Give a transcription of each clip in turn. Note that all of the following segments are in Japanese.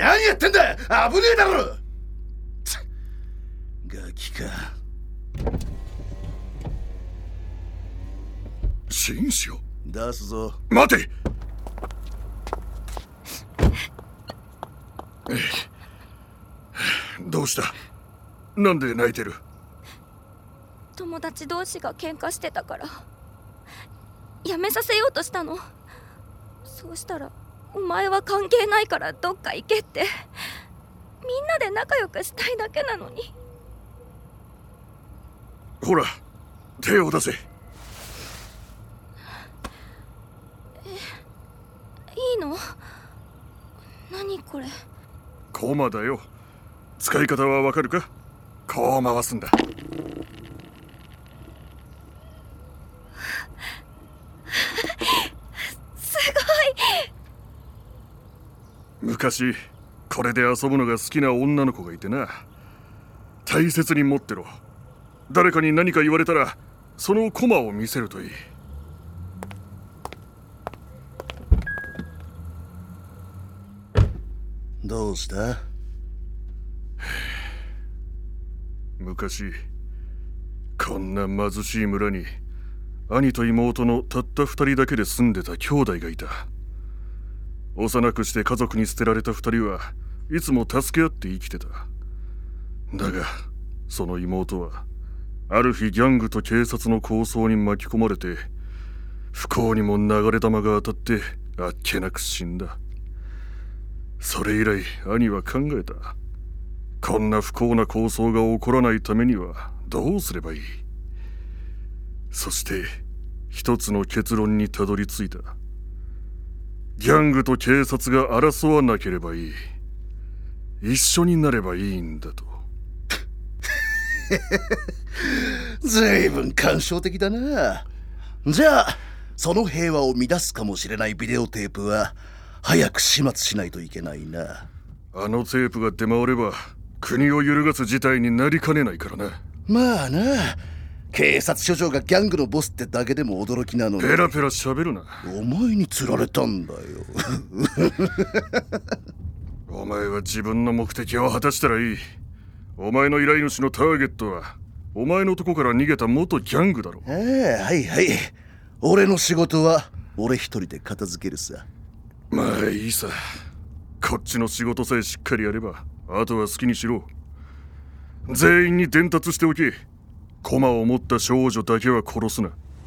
何やってんだ。危ねえだろ。ガキか。 紳士を出すぞ。 待て。どうした。なんで泣いてる。 友達同士が喧嘩してたからやめさせようとしたの。そうしたらお前は関係ないからどっか行けって。みんなで仲良くしたいだけなのに。 ほら手を出せ。 いいの？何これ。 コマだよ。使い方はわかるか。こう回すんだ。 すごい。 昔これで遊ぶのが好きな女の子がいてな。大切に持ってろ。誰かに何か言われたらそのコマを見せるといい。 どうした？ 昔こんな貧しい村に兄と妹のたった二人だけで住んでた兄弟がいた。幼くして家族に捨てられた二人はいつも助け合って生きてた。だがその妹はある日ギャングと警察の抗争に巻き込まれて不幸にも流れ弾が当たってあっけなく死んだ。それ以来兄は考えた。こんな不幸な抗争が起こらないためにはどうすればいい。そして一つの結論にたどり着いた。ギャングと警察が争わなければいい。一緒になればいいんだと。 ずいぶん感傷的だな。じゃあその平和を乱すかもしれないビデオテープは早く始末しないといけないな。 あのテープが出回れば国を揺るがす事態になりかねないからな。 まあな、警察署長がギャングのボスってだけでも驚きなのに。 ペラペラ喋るな。 お前に釣られたんだよ。 お前は自分の目的を果たしたらいい。お前の依頼主のターゲットはお前のとこから逃げた元ギャングだろ。 はいはい。俺の仕事は俺一人で片付けるさ。 まあいいさ。こっちの仕事さえしっかりやればあとは好きにしろ。全員に伝達しておけ。コマを持った少女だけは殺すな。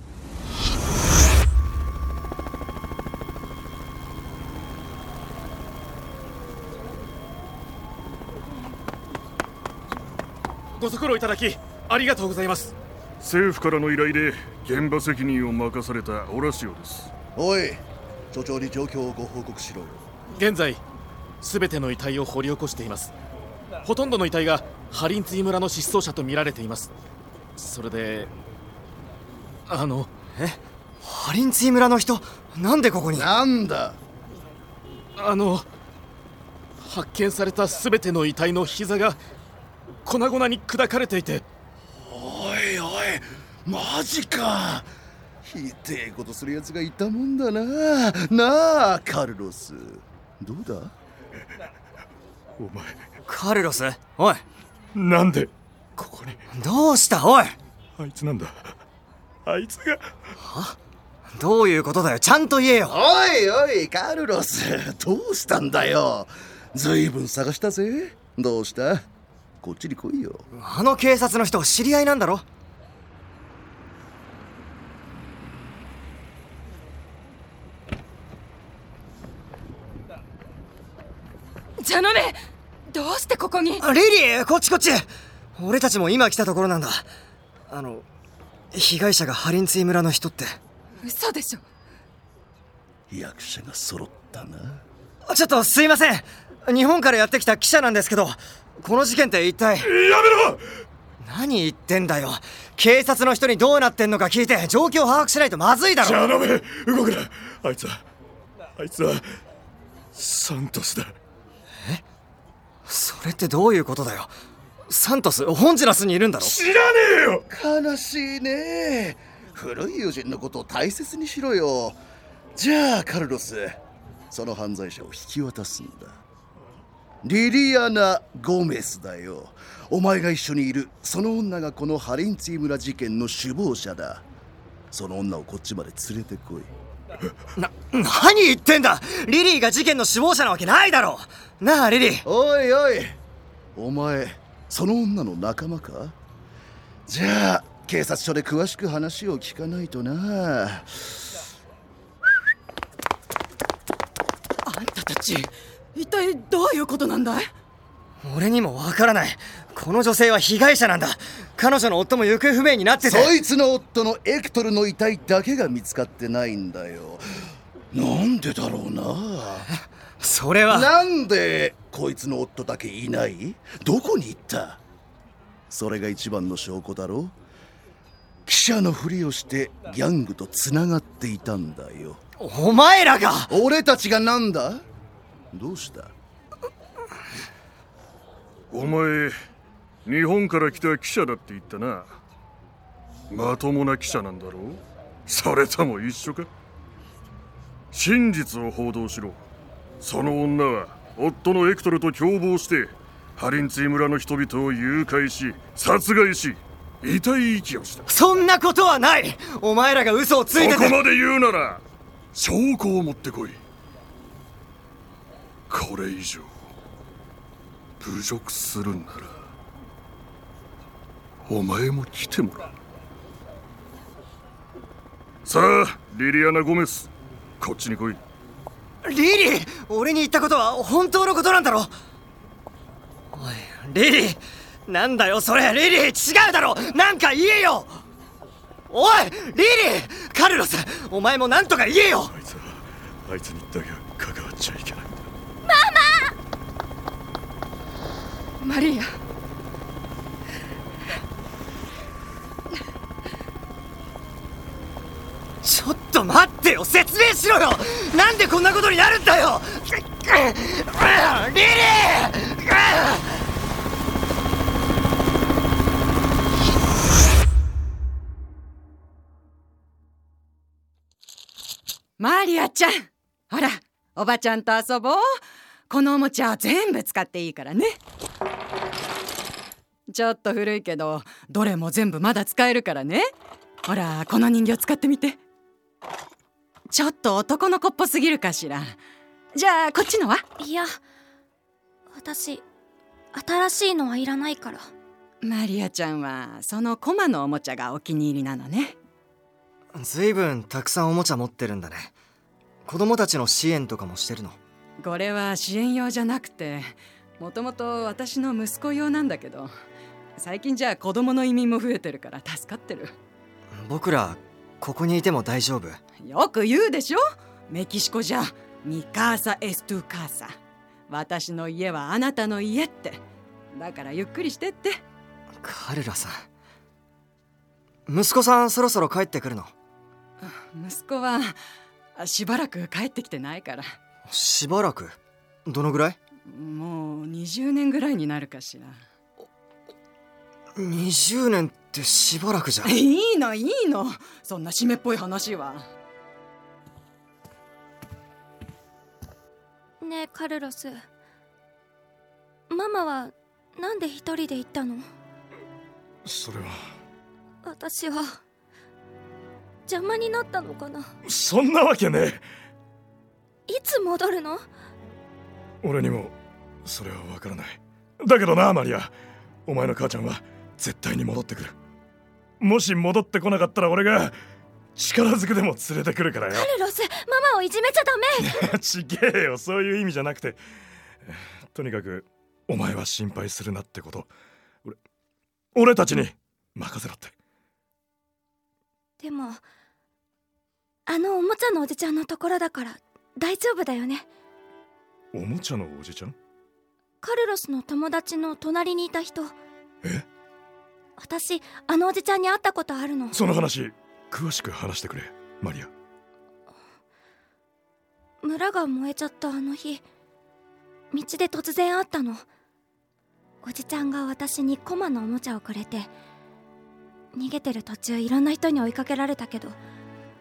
ご足労いただきありがとうございます。 政府からの依頼で現場責任を任されたオラシオです。 おい、署長に状況をご報告しろよ。 現在全ての遺体を掘り起こしています。ほとんどの遺体がハリンツィ村の失踪者と見られています。それでハリンツィ村の人なんでここに。 なんだ。 発見された全ての遺体の膝が粉々に砕かれていて。 おいおい、マジか。ひでえことするやつがいたもんだな。なあカルロス、どうだ。 お前カルロス、おいなんでここに。 どうしたおい。 あいつなんだ。あいつが。 は？どういうことだよ、ちゃんと言えよ。 おいおいカルロス、どうしたんだよ。ずいぶん探したぜ。どうした、こっちに来いよ。 あの警察の人知り合いなんだろ。 ジャノメ、どうしてここに。 リリー、こっちこっち。俺たちも今来たところなんだ。被害者がハリンツィ村の人って。 嘘でしょ。 役者が揃ったな。 ちょっとすいません、日本からやってきた記者なんですけど、この事件って一体。 やめろ。 何言ってんだよ。警察の人にどうなってんのか聞いて状況を把握しないとまずいだろ。 じゃあダメ、動くな。あいつはサントスだ。 それってどういうことだよ。サントス、ホンジュラスにいるんだろ。 知らねえよ。 悲しいね。古い友人のことを大切にしろよ。じゃあカルロス、その犯罪者を引き渡すんだ。 リリアナ・ゴメスだよ。お前が一緒にいるその女がこのハリンツィ村事件の首謀者だ。その女をこっちまで連れてこい。 何言ってんだ。リリーが事件の首謀者なわけないだろ。なあリリー。 おいおい、お前その女の仲間か？じゃあ警察署で詳しく話を聞かないとな。 あんたたち一体どういうことなんだい？ 俺にもわからない。この女性は被害者なんだ。彼女の夫も行方不明になってて。 そいつの夫のエクトルの遺体だけが見つかってないんだよ。なんでだろうな。 それはなんでこいつの夫だけいない？どこに行った？それが一番の証拠だろ。記者のふりをしてギャングとつながっていたんだよ。 お前らが。 俺たちがなんだ？どうした？ お前日本から来た記者だって言ったな。まともな記者なんだろう？それとも一緒か？真実を報道しろ。その女は夫のエクトルと共謀してハリンツィ村の人々を誘拐し殺害し遺体遺棄をした。 そんなことはない。お前らが嘘をついてて。 そこまで言うなら証拠を持ってこい。これ以上侮辱するんならお前も来てもらう。さあリリアナ・ゴメス、こっちに来い。 リリー、俺に言ったことは本当のことなんだろ。おいリリー、なんだよそれ。リリー、違うだろ。なんか言えよ。おいリリー、カルロス、お前もなんとか言えよ。 あいつにだけは関わっちゃいけない。 マリア、 ちょっと待ってよ、説明しろよ。なんでこんなことになるんだよ。リリー。 マリアちゃん、ほらおばちゃんと遊ぼう。このおもちゃは全部使っていいからね。ちょっと古いけどどれも全部まだ使えるからね。ほらこの人形使ってみて。ちょっと男の子っぽすぎるかしら。じゃあこっちのは？ いや、私新しいのはいらないから。 マリアちゃんはそのコマのおもちゃがお気に入りなのね。 ずいぶんたくさんおもちゃ持ってるんだね。子供たちの支援とかもしてるの？ これは支援用じゃなくて、もともと私の息子用なんだけど、最近じゃ子供の移民も増えてるから助かってる。 僕らここにいても大丈夫？ よく言うでしょ、メキシコじゃミカーサエストゥカーサ、私の家はあなたの家って。だからゆっくりしてって。 カルロさん、息子さんそろそろ帰ってくるの？ 息子はしばらく帰ってきてないから。 しばらく？どのぐらい？ もう20年ぐらいになるかしら。 20年ってしばらくじゃ。 いいのいいの、そんな湿っぽい話は。 ねえカルロス、ママはなんで一人で行ったの？ それは私は邪魔になったのかな？ そんなわけねいつ戻るの？ 俺にもそれはわからない。だけどなマリア、お前の母ちゃんは絶対に戻ってくる。もし戻ってこなかったら俺が力ずくでも連れてくるからよ。 カルロス、ママをいじめちゃダメ。 ちげえよ、そういう意味じゃなくて、とにかくお前は心配するなってこと、俺たちに任せろって。 でもあのおもちゃのおじちゃんのところだから大丈夫だよね？ おもちゃのおじちゃん？ カルロスの友達の隣にいた人。 え？ 私あのおじちゃんに会ったことあるの。 その話詳しく話してくれマリア。 村が燃えちゃったあの日、道で突然会ったの。おじちゃんが私にコマのおもちゃをくれて、逃げてる途中いろんな人に追いかけられたけど、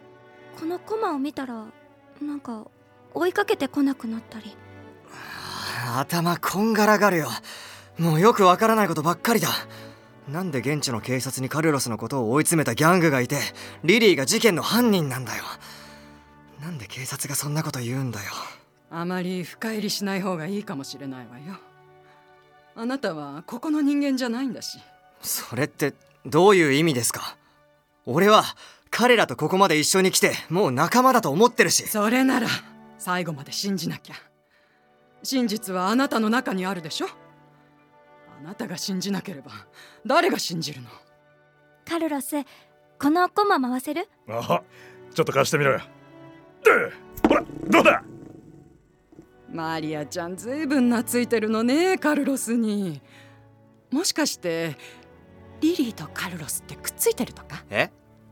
このコマを見たらなんか追いかけてこなくなったり。 頭こんがらがるよ。もうよくわからないことばっかりだ。なんで現地の警察にカルロスのことを追い詰めたギャングがいて、リリーが事件の犯人なんだよ。なんで警察がそんなこと言うんだよ。 あまり深入りしない方がいいかもしれないわよ。あなたはここの人間じゃないんだし。 それってどういう意味ですか？俺は彼らとここまで一緒に来てもう仲間だと思ってるし。 それなら最後まで信じなきゃ。真実はあなたの中にあるでしょ。あなたが信じなければ誰が信じるの？ カルロス、このコマ回せる？ あ、ちょっと貸してみろよ。ほら、どうだ。 マリアちゃんずいぶん懐いてるのね、カルロスに。もしかしてリリーとカルロスってくっついてるとか？ え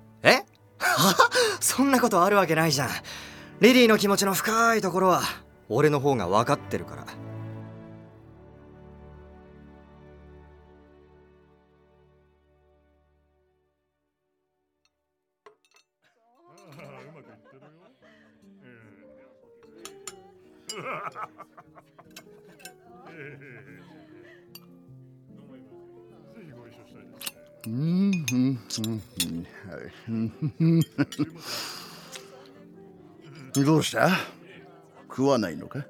そんなことあるわけないじゃん。リリーの気持ちの深いところは俺の方が分かってるから。 どうした？食わないのか？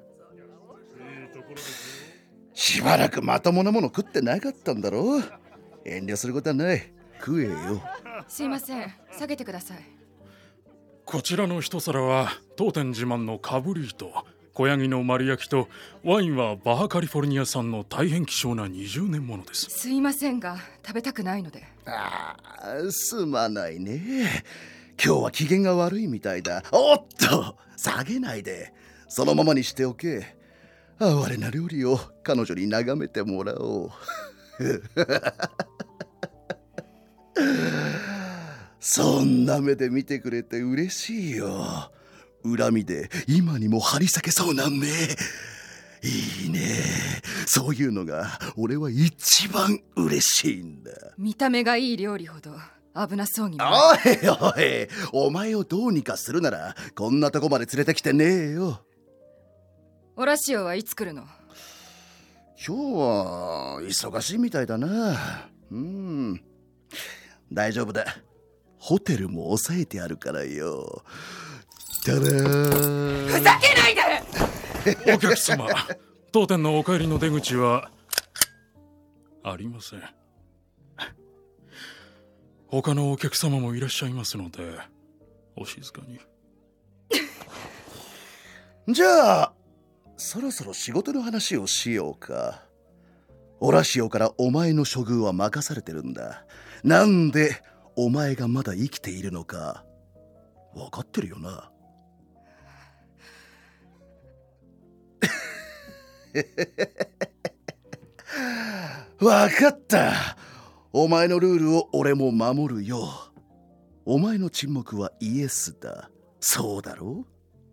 しばらくまともなもの食ってなかったんだろう。遠慮することはない。食えよ。 すいません、下げてください。 こちらの一皿は当店自慢のカブリート、小ヤギの丸焼きと、ワインはバハカリフォルニア産の大変希少な20年ものです。 すいませんが食べたくないので。 すまないね。今日は機嫌が悪いみたいだ。おっと、下げないでそのままにしておけ。哀れな料理を彼女に眺めてもらおう。そんな目で見てくれて嬉しいよ。恨みで今にも張り裂けそうな目。いいね。そういうのが俺は一番嬉しいんだ。 見た目がいい料理ほど危なそうにも。 おいおい、お前をどうにかするならこんなとこまで連れてきてねえよ。 オラシオはいつ来るの？ 今日は忙しいみたいだな。大丈夫だ。ホテルも抑えてあるからよ。たらー。 ふざけないで。 お客様、当店のお帰りの出口はありません。他のお客様もいらっしゃいますのでお静かに。 じゃあそろそろ仕事の話をしようか。オラシオからお前の処遇は任されてるんだ。なんでお前がまだ生きているのか分かってるよな。分かった。お前のルールを俺も守るよ。お前の沈黙はイエスだ。そうだろう。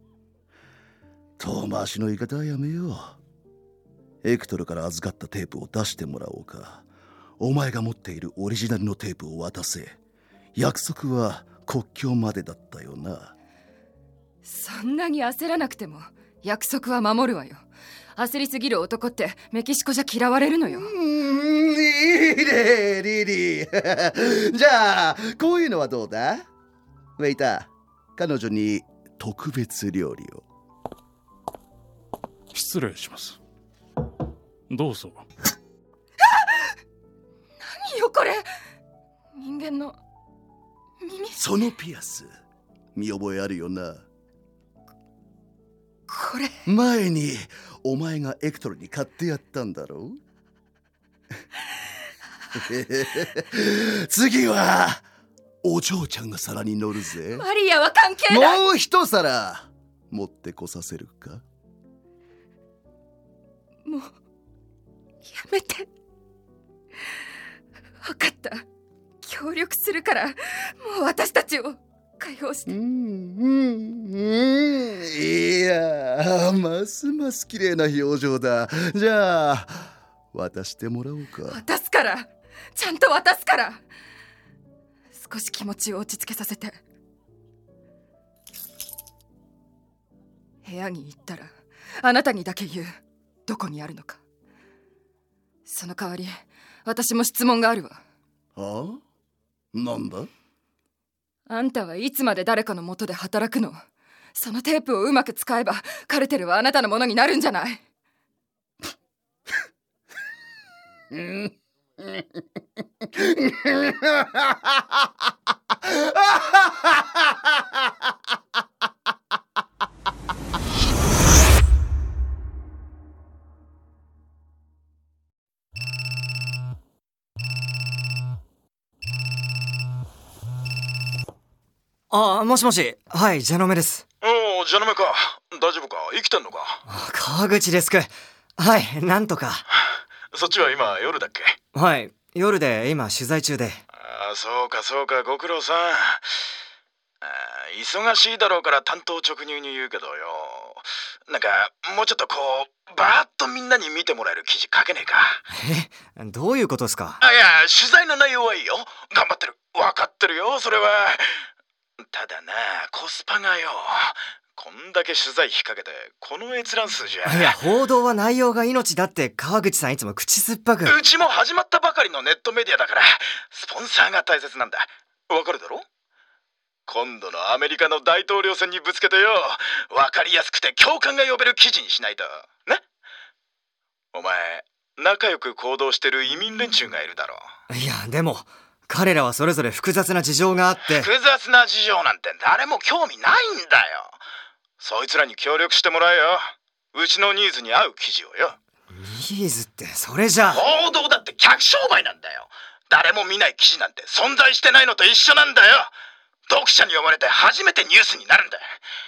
遠回しの言い方はやめよう。エクトルから預かったテープを出してもらおうか。お前が持っているオリジナルのテープを渡せ。約束は国境までだったよな。 そんなに焦らなくても約束は守るわよ。焦りすぎる男ってメキシコじゃ嫌われるのよ。 いいねリリー。じゃあこういうのはどうだ？ウェイター、彼女に特別料理を。 失礼します。どうぞ。 何よこれ。人間の耳。 そのピアス見覚えあるよな。 これ前にお前がエクトルに買ってやったんだろう。次はお嬢ちゃんが皿に乗るぜ。 マリアは関係ない。 もう一皿持ってこさせるか。 もうやめて。分かった。協力するからもう私たちを解放して。 いや、ますます綺麗な表情だ。じゃあ渡してもらおうか。 渡すから。ちゃんと渡すから。少し気持ちを落ち着けさせて。部屋に行ったらあなたにだけ言う。 どこにあるのか。その代わり私も質問があるわ。 はあ？なんだ？ あんたはいつまで誰かの元で働くの？そのテープをうまく使えばカルテルはあなたのものになるんじゃない？ もしもし。はい、ジャノメです。 おお、ジャノメか。大丈夫か？生きてんのか？ 川口デスク。はい、なんとか。 そっちは今夜だっけ？ はい、夜で今取材中で。 そうかそうか、ご苦労さん。忙しいだろうから単刀直入に言うけどよ、なんかもうちょっとこうバーッとみんなに見てもらえる記事書けねえか？ どういうことですか？ いや、取材の内容はいいよ。頑張ってる。分かってるよ、それは。ただな、コスパがよ、こんだけ取材費かけてこの閲覧数じゃ。 いや、報道は内容が命だって川口さんいつも口酸っぱく。 うちも始まったばかりのネットメディアだから、スポンサーが大切なんだ。わかるだろ？今度のアメリカの大統領選にぶつけてよ、わかりやすくて共感が呼べる記事にしないとね。お前、仲良く行動してる移民連中がいるだろう。 いや、でも彼らはそれぞれ複雑な事情があって。 複雑な事情なんて誰も興味ないんだよ。そいつらに協力してもらえよ。うちのニーズに合う記事をよ。 ニーズってそれじゃ。 報道だって客商売なんだよ。誰も見ない記事なんて存在してないのと一緒なんだよ。読者に読まれて初めてニュースになるんだ。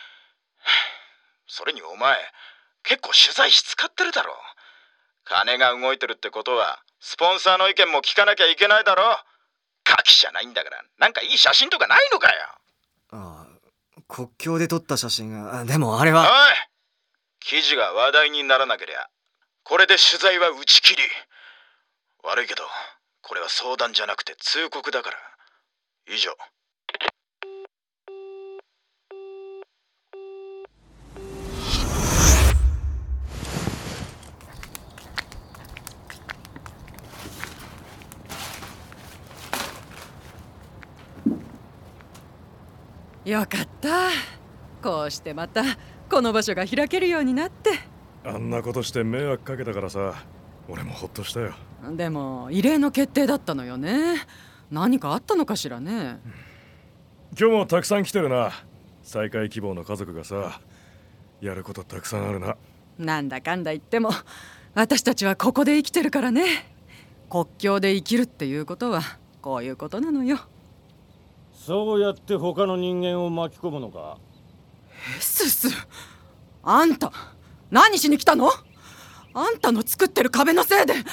それにお前、結構取材費使ってるだろ。金が動いてるってことはスポンサーの意見も聞かなきゃいけないだろ。書きじゃないんだから、なんかいい写真とかないのかよ。 国境で撮った写真が。でもあれは。 おい、記事が話題にならなけりゃこれで取材は打ち切り。悪いけどこれは相談じゃなくて通告だから。以上。 よかった。こうしてまたこの場所が開けるようになって。 あんなことして迷惑かけたからさ、俺もほっとしたよ。 でも異例の決定だったのよね。何かあったのかしらね。 今日もたくさん来てるな。再会希望の家族がさ。やることたくさんあるな。 なんだかんだ言っても私たちはここで生きてるからね。国境で生きるっていうことはこういうことなのよ。 そうやって他の人間を巻き込むのか？ すす、あんた何しに来たの？あんたの作ってる壁のせいで。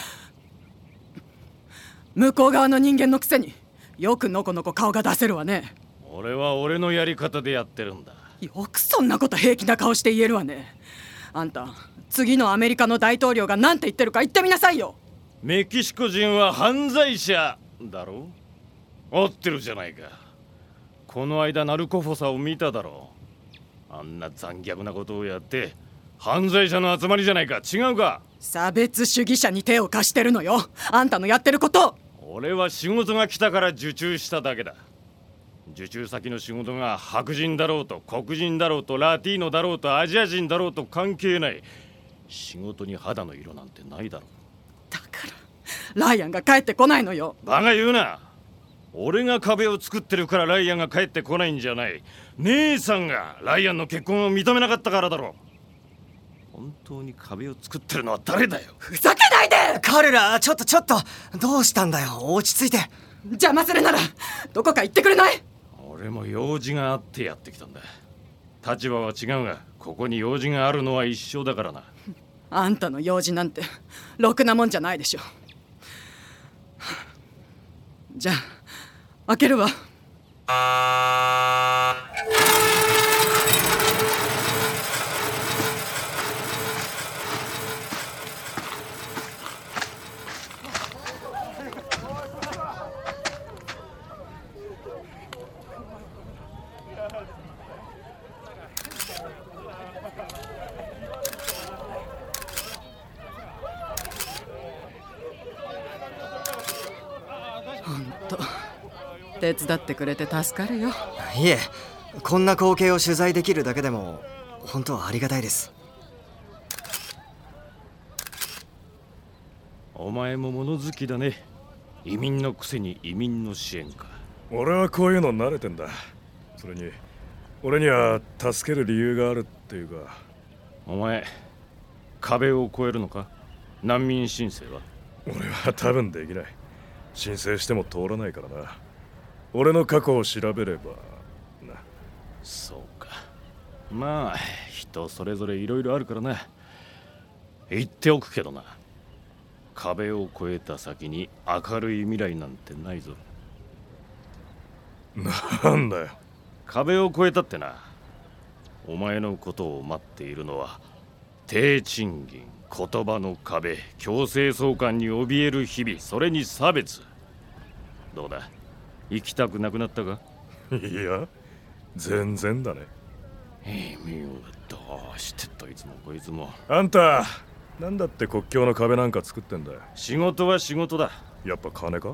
向こう側の人間のくせによくのこのこ顔が出せるわね。 俺は俺のやり方でやってるんだ。 よくそんなこと平気な顔して言えるわね。あんた次のアメリカの大統領が何て言ってるか言ってみなさいよ。 メキシコ人は犯罪者だろ？合ってるじゃないか。この間ナルコフォサを見ただろう。あんな残虐なことをやって犯罪者の集まりじゃないか。違うか？ 差別主義者に手を貸してるのよ、あんたのやってること。 俺は仕事が来たから受注しただけだ。受注先の仕事が白人だろうと黒人だろうとラティーノだろうとアジア人だろうと関係ない。仕事に肌の色なんてないだろう。 だからライアンが帰ってこないのよ。 バカ言うな。俺が壁を作ってるからライアンが帰ってこないんじゃない。姉さんがライアンの結婚を認めなかったからだろう。本当に壁を作ってるのは誰だよ。 ふざけないで。 彼らちょっとどうしたんだよ。落ち着いて。 邪魔するならどこか行ってくれない？ 俺も用事があってやってきたんだ。立場は違うがここに用事があるのは一緒だからな。 あんたの用事なんてろくなもんじゃないでしょ。じゃあ開けるわ。 と。手伝ってくれて助かるよ。 いえ、こんな光景を取材できるだけでも本当はありがたいです。 お前も物好きだね。移民のくせに移民の支援か。 俺はこういうの慣れてんだ。それに俺には助ける理由があるっていうか。 お前壁を越えるのか？難民申請は？ 俺は多分できない。申請しても通らないからな。俺の過去を調べればな。 そうか。まあ人それぞれいろいろあるからな。言っておくけどな、壁を越えた先に明るい未来なんてないぞ。 なんだよ。 壁を越えたってな、お前のことを待っているのは低賃金、言葉の壁、強制送還に怯える日々、それに差別。どうだ、行きたくなくなったか？ いや、全然だね。 どうしてといつもこいつも。 あんたなんだって国境の壁なんか作ってんだよ。 仕事は仕事だ。 やっぱ金か？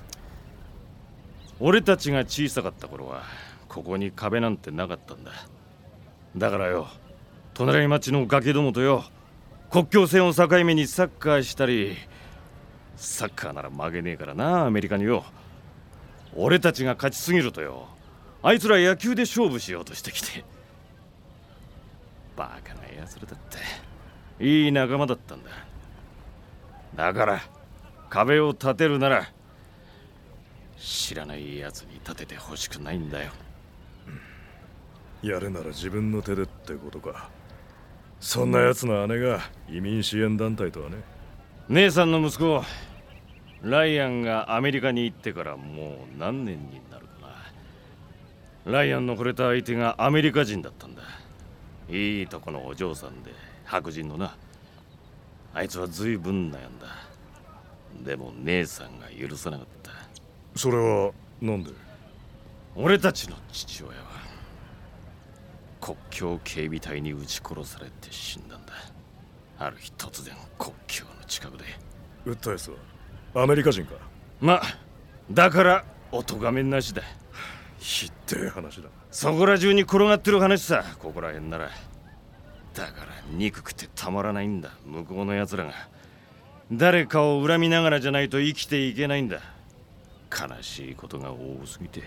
俺たちが小さかった頃はここに壁なんてなかったんだ。だからよ、隣町のガキどもとよ、国境線を境目にサッカーしたり、サッカーなら負けねえからな、アメリカによ。俺たちが勝ちすぎるとよ、あいつら野球で勝負しようとしてきて。バカな奴らだっていい仲間だったんだ。だから壁を建てるなら知らない奴に建ててほしくないんだよ。 やるなら自分の手でってことか。そんな奴の姉が移民支援団体とはね。 姉さんの息子ライアンがアメリカに行ってからもう何年になるかな。ライアンの惚れた相手がアメリカ人だったんだ。いいとこのお嬢さんで白人のな。あいつは随分悩んだ。でも姉さんが許さなかった。 それはなんで？ 俺たちの父親は国境警備隊に撃ち殺されて死んだんだ。ある日突然国境の近くで。 撃ったやつはアメリカ人か？ ま、だからお咎めなしだ。 ひってえ話だ。 そこら中に転がってる話さ、ここら辺なら。だから憎くてたまらないんだ、向こうの奴らが。誰かを恨みながらじゃないと生きていけないんだ。悲しいことが多すぎて。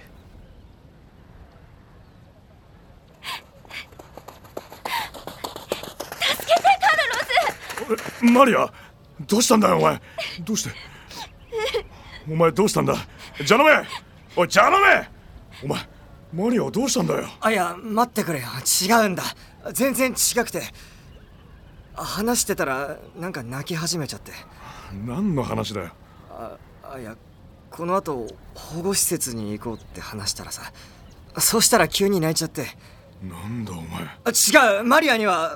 助けて、カルロス。 マリア、どうしたんだよお前。どうしてお前どうしたんだ。ジャノメ、おいジャノメ、お前マリアはどうしたんだよ。 いや待ってくれよ、違うんだ。全然違くて、話してたらなんか泣き始めちゃって。 何の話だよ。 いや、この後保護施設に行こうって話したらさ、そうしたら急に泣いちゃって。 なんだお前。 違う、マリアには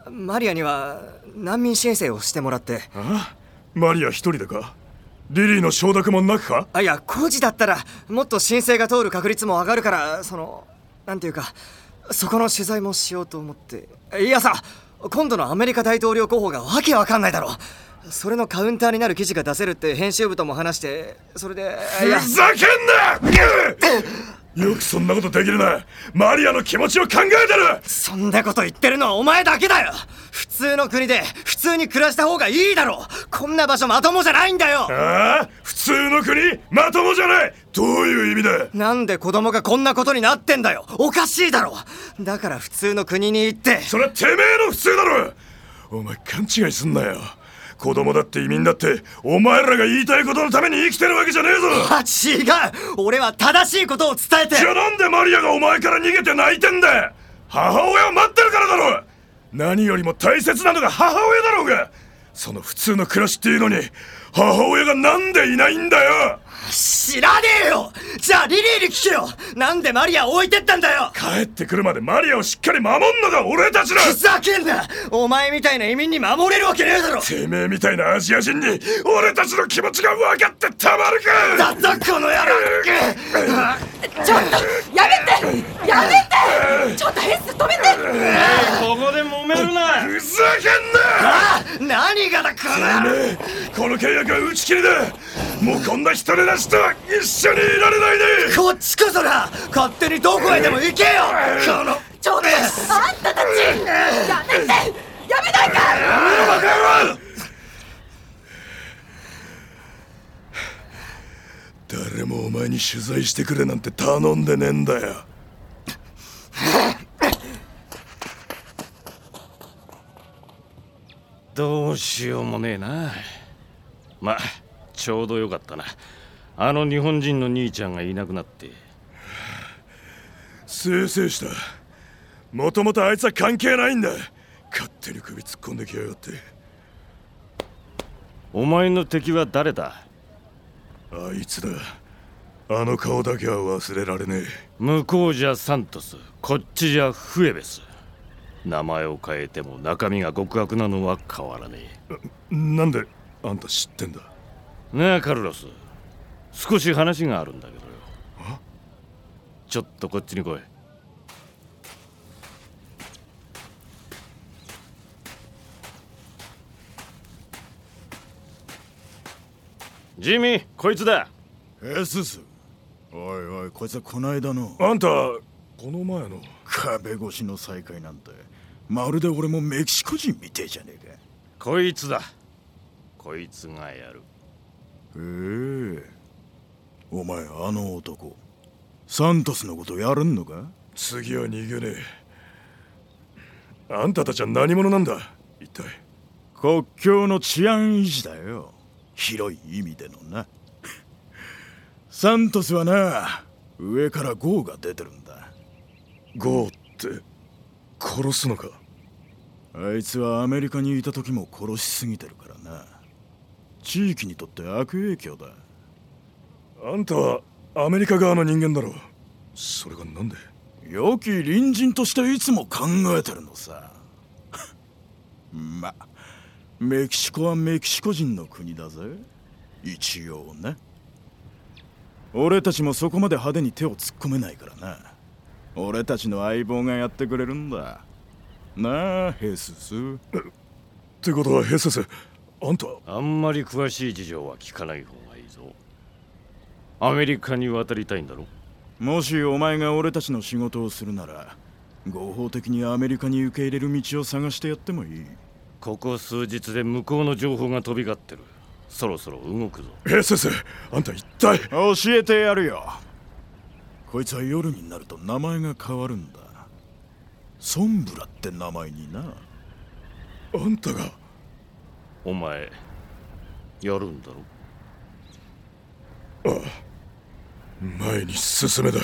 難民申請をしてもらって。 ああ、マリア一人でか？リリーの承諾もなくか？ いや、工事だったらもっと申請が通る確率も上がるから、なんていうか、そこの取材もしようと思って。いやさ、今度のアメリカ大統領候補がわけわかんないだろ。それのカウンターになる記事が出せるって編集部とも話して、それで。 ふざけんなよくそんなことできるな。マリアの気持ちを考えてる。 そんなこと言ってるのはお前だけだよ。普通の国で普通に暮らした方がいいだろ。こんな場所まともじゃないんだよ。 ああ、普通の国まともじゃない。どういう意味だ。 なんで子供がこんなことになってんだよ。おかしいだろ。だから普通の国に行って。 それはてめえの普通だろ。お前勘違いすんなよ。子供だって移民だってお前らが言いたいことのために生きてるわけじゃねえぞ。 違う、俺は正しいことを伝えて。 じゃあなんでマリアがお前から逃げて泣いてんだ。母親を待ってるからだろ。何よりも大切なのが母親だろうが。その普通の暮らしっていうのに母親がなんでいないんだよ。 知らねえよ。じゃあリリーに聞けよ。なんでマリアを置いてったんだよ。 帰ってくるまでマリアをしっかり守んのが俺たちだ。 ふざけんな。お前みたいな移民に守れるわけねえだろ。 てめえみたいなアジア人に俺たちの気持ちが分かってたまるか。 だぞこの野郎。 ちょっとやめてやめて、ちょっとヘス止めて。 ここで揉めるな。 ふざけんな。 何がだこの野郎。 この契約は打ち切りだ。もうこんな人でなしと一緒にいられないね。 こっちこそだ。勝手にどこへでも行けよ。このちょっとあんたたちやめて、やめないか。 バカ野郎。誰もお前に取材してくれなんて頼んでねえんだよ。 どうしようもねえな。まあちょうどよかったな。あの日本人の兄ちゃんがいなくなって。 せいせいした。もともとあいつは関係ないんだ。勝手に首突っ込んできやがって。 お前の敵は誰だ。 あいつだ。あの顔だけは忘れられねえ。 向こうじゃサントス、こっちじゃフエベス。名前を変えても中身が極悪なのは変わらねえ。なんであんた知ってんだ。 ねえカルロス、少し話があるんだけどよ。ちょっとこっちに来い。ジミー、こいつだ。 ヘスス。おいおい、こいつはこないだの。 あんたこの前の壁越しの再会なんてまるで俺もメキシコ人みてえじゃねえか。 こいつだ。こいつがやる。 お前あの男サントスのことやるんのか。 次は逃げねえ。あんたたちは何者なんだ一体。 国境の治安維持だよ、広い意味でのな。サントスはな、上からゴーが出てるんだ。 ゴーって殺すのか。 あいつはアメリカにいた時も殺しすぎてるからな。地域にとって悪影響だ。 あんたはアメリカ側の人間だろう。それがなんで。 良き隣人としていつも考えてるのさ。ま、メキシコはメキシコ人の国だぜ、一応ね。俺たちもそこまで派手に手を突っ込めないからな。俺たちの相棒がやってくれるんだなあ、ヘスス。 ってことはヘスス、あんたあんまり詳しい事情は聞かない方がいいぞ。アメリカに渡りたいんだろ。 もしお前が俺たちの仕事をするなら合法的にアメリカに受け入れる道を探してやってもいい。 ここ数日で向こうの情報が飛び交ってる。そろそろ動くぞ。 ヘスス、あんた一体。 教えてやるよ。こいつは夜になると名前が変わるんだ。ソンブラって名前にな。 あんたが。 お前やるんだろ。ああ、前に進めだ。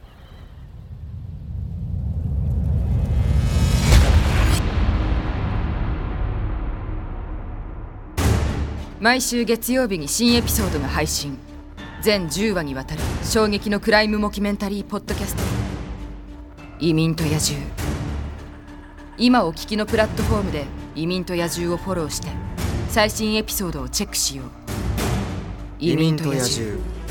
毎週月曜日に新エピソードが配信。全10話にわたる衝撃のクライムモキュメンタリーポッドキャスト、移民と野獣。今お聞きのプラットフォームで移民と野獣をフォローして最新エピソードをチェックしよう。移民と野獣。